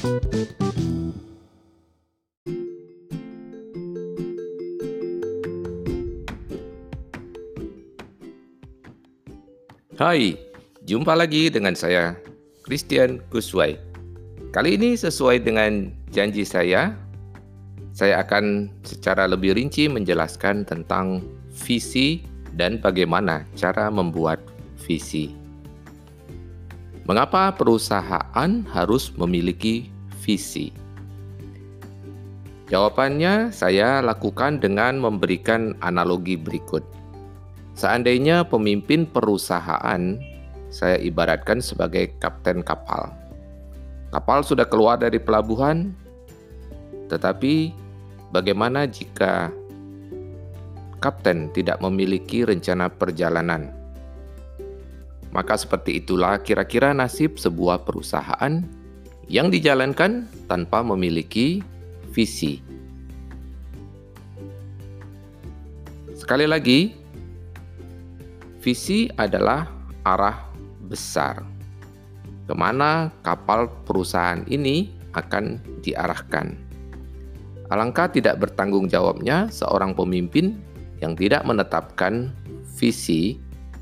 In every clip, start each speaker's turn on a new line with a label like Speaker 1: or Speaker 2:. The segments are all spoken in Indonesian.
Speaker 1: Hai, jumpa lagi dengan saya, Christian Kuswai. Kali ini sesuai dengan janji saya akan secara lebih rinci menjelaskan tentang visi dan bagaimana cara membuat visi. Mengapa perusahaan harus memiliki visi? Jawabannya saya lakukan dengan memberikan analogi berikut. Seandainya pemimpin perusahaan saya ibaratkan sebagai kapten kapal. Kapal sudah keluar dari pelabuhan, tetapi bagaimana jika kapten tidak memiliki rencana perjalanan? Maka seperti itulah kira-kira nasib sebuah perusahaan yang dijalankan tanpa memiliki visi. Sekali lagi, visi adalah arah besar kemana kapal perusahaan ini akan diarahkan. Alangkah tidak bertanggung jawabnya seorang pemimpin yang tidak menetapkan visi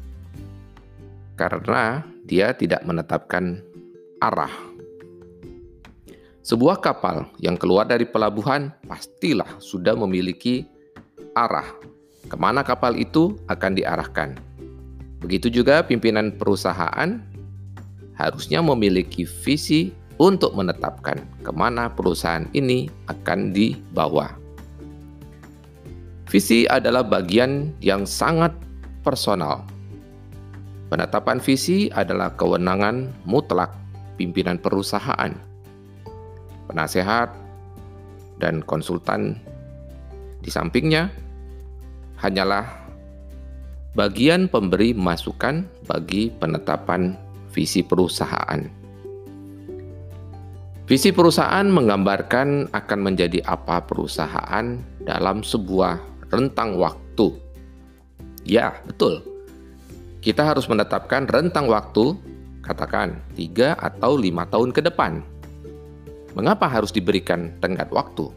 Speaker 1: karena dia tidak menetapkan arah. Sebuah kapal yang keluar dari pelabuhan pastilah sudah memiliki arah kemana kapal itu akan diarahkan. Begitu juga pimpinan perusahaan harusnya memiliki visi untuk menetapkan kemana perusahaan ini akan dibawa. Visi adalah bagian yang sangat personal. Penetapan visi adalah kewenangan mutlak pimpinan perusahaan. Penasehat dan konsultan di sampingnya hanyalah bagian pemberi masukan bagi penetapan visi perusahaan. Visi perusahaan menggambarkan akan menjadi apa perusahaan dalam sebuah rentang waktu. Ya, betul. Kita harus menetapkan rentang waktu, katakan 3 atau 5 tahun ke depan. Mengapa harus diberikan tenggat waktu?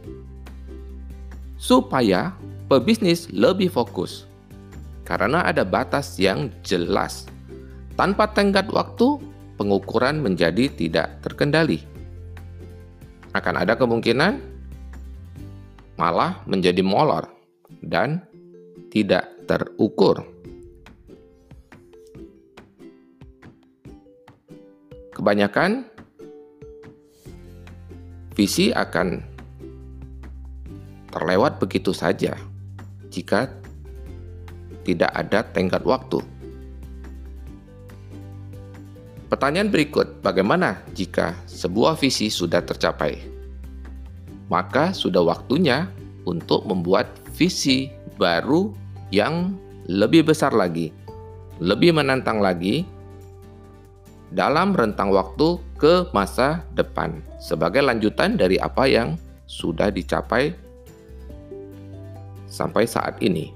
Speaker 1: Supaya pebisnis lebih fokus. Karena ada batas yang jelas. Tanpa tenggat waktu, pengukuran menjadi tidak terkendali. Akan ada kemungkinan malah menjadi molor dan tidak terukur. Kebanyakan visi akan terlewat begitu saja jika tidak ada tenggat waktu. Pertanyaan berikut, bagaimana jika sebuah visi sudah tercapai? Maka sudah waktunya untuk membuat visi baru yang lebih besar lagi, lebih menantang lagi dalam rentang waktu ke masa depan sebagai lanjutan dari apa yang sudah dicapai sampai saat ini.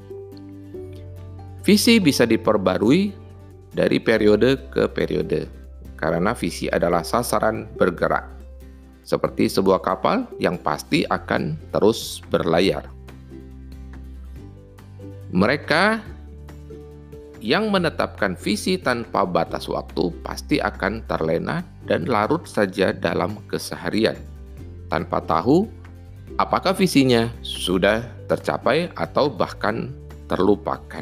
Speaker 1: Visi bisa diperbarui dari periode ke periode, karena visi adalah sasaran bergerak, seperti sebuah kapal yang pasti akan terus berlayar. Mereka yang menetapkan visi tanpa batas waktu pasti akan terlena dan larut saja dalam keseharian, tanpa tahu apakah visinya sudah tercapai atau bahkan terlupakan.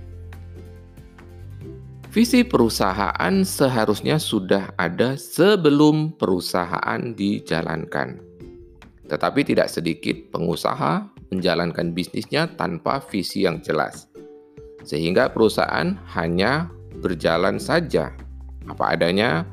Speaker 1: Visi perusahaan seharusnya sudah ada sebelum perusahaan dijalankan. Tetapi tidak sedikit pengusaha menjalankan bisnisnya tanpa visi yang jelas. Sehingga perusahaan hanya berjalan saja apa adanya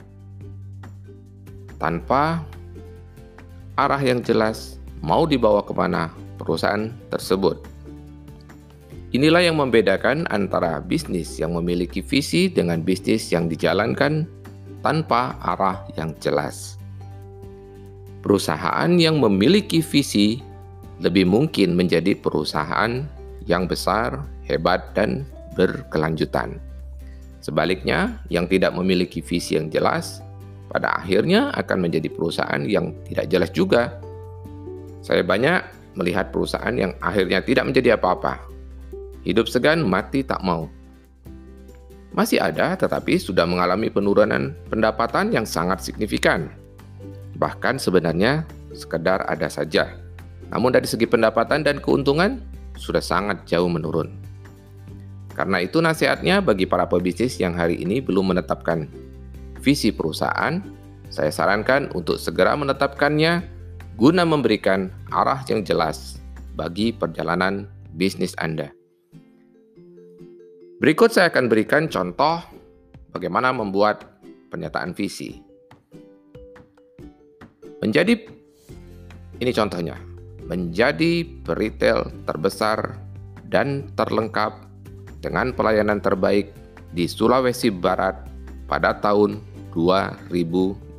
Speaker 1: tanpa arah yang jelas mau dibawa kemana perusahaan tersebut. Inilah yang membedakan antara bisnis yang memiliki visi dengan bisnis yang dijalankan tanpa arah yang jelas. Perusahaan yang memiliki visi lebih mungkin menjadi perusahaan yang besar, hebat, dan berkelanjutan. Sebaliknya, yang tidak memiliki visi yang jelas pada akhirnya akan menjadi perusahaan yang tidak jelas juga. Saya banyak melihat perusahaan yang akhirnya tidak menjadi apa-apa. Hidup segan, mati tak mau. Masih ada, tetapi sudah mengalami penurunan pendapatan yang sangat signifikan. Bahkan sebenarnya sekedar ada saja. Namun dari segi pendapatan dan keuntungan, sudah sangat jauh menurun. Karena itu nasihatnya bagi para pebisnis yang hari ini belum menetapkan visi perusahaan, saya sarankan untuk segera menetapkannya guna memberikan arah yang jelas bagi perjalanan bisnis Anda. Berikut saya akan berikan contoh bagaimana membuat pernyataan visi. Ini contohnya, menjadi retail terbesar dan terlengkap dengan pelayanan terbaik di Sulawesi Barat pada tahun 2025.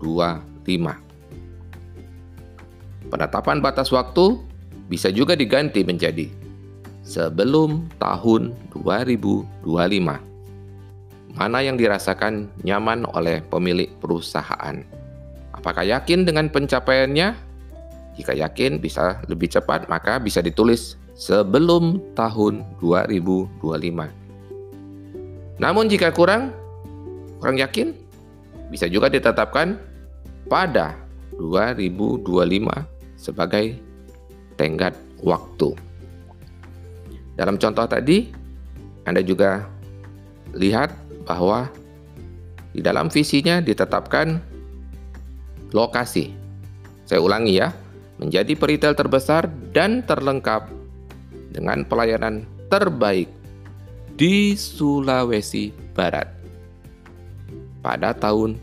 Speaker 1: Penetapan batas waktu bisa juga diganti menjadi sebelum tahun 2025. Mana yang dirasakan nyaman oleh pemilik perusahaan? Apakah yakin dengan pencapaiannya? Jika yakin bisa lebih cepat, maka bisa ditulis sebelum tahun 2025. Namun jika kurang yakin, bisa juga ditetapkan pada 2025 sebagai tenggat waktu. Dalam contoh tadi, Anda juga lihat bahwa di dalam visinya ditetapkan lokasi. Saya ulangi ya, menjadi retail terbesar dan terlengkap dengan pelayanan terbaik di Sulawesi Barat pada tahun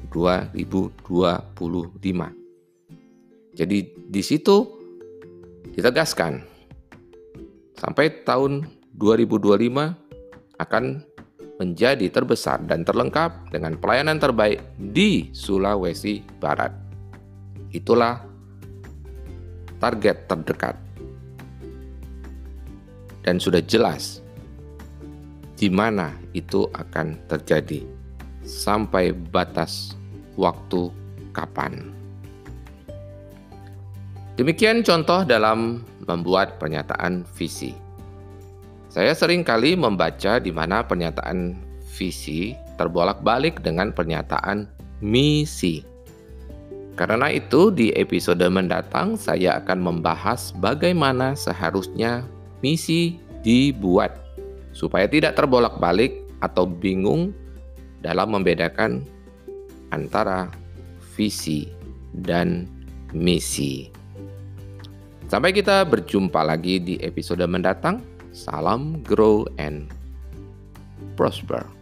Speaker 1: 2025. Jadi di situ ditegaskan sampai tahun 2025 akan menjadi terbesar dan terlengkap dengan pelayanan terbaik di Sulawesi Barat. Itulah target terdekat. Dan sudah jelas di mana itu akan terjadi sampai batas waktu kapan. Demikian contoh dalam membuat pernyataan visi. Saya sering kali membaca di mana pernyataan visi terbolak-balik dengan pernyataan misi. Karena itu, di episode mendatang saya akan membahas bagaimana seharusnya misi dibuat supaya tidak terbolak-balik atau bingung dalam membedakan antara visi dan misi. Sampai kita berjumpa lagi di episode mendatang. Salam grow and prosper.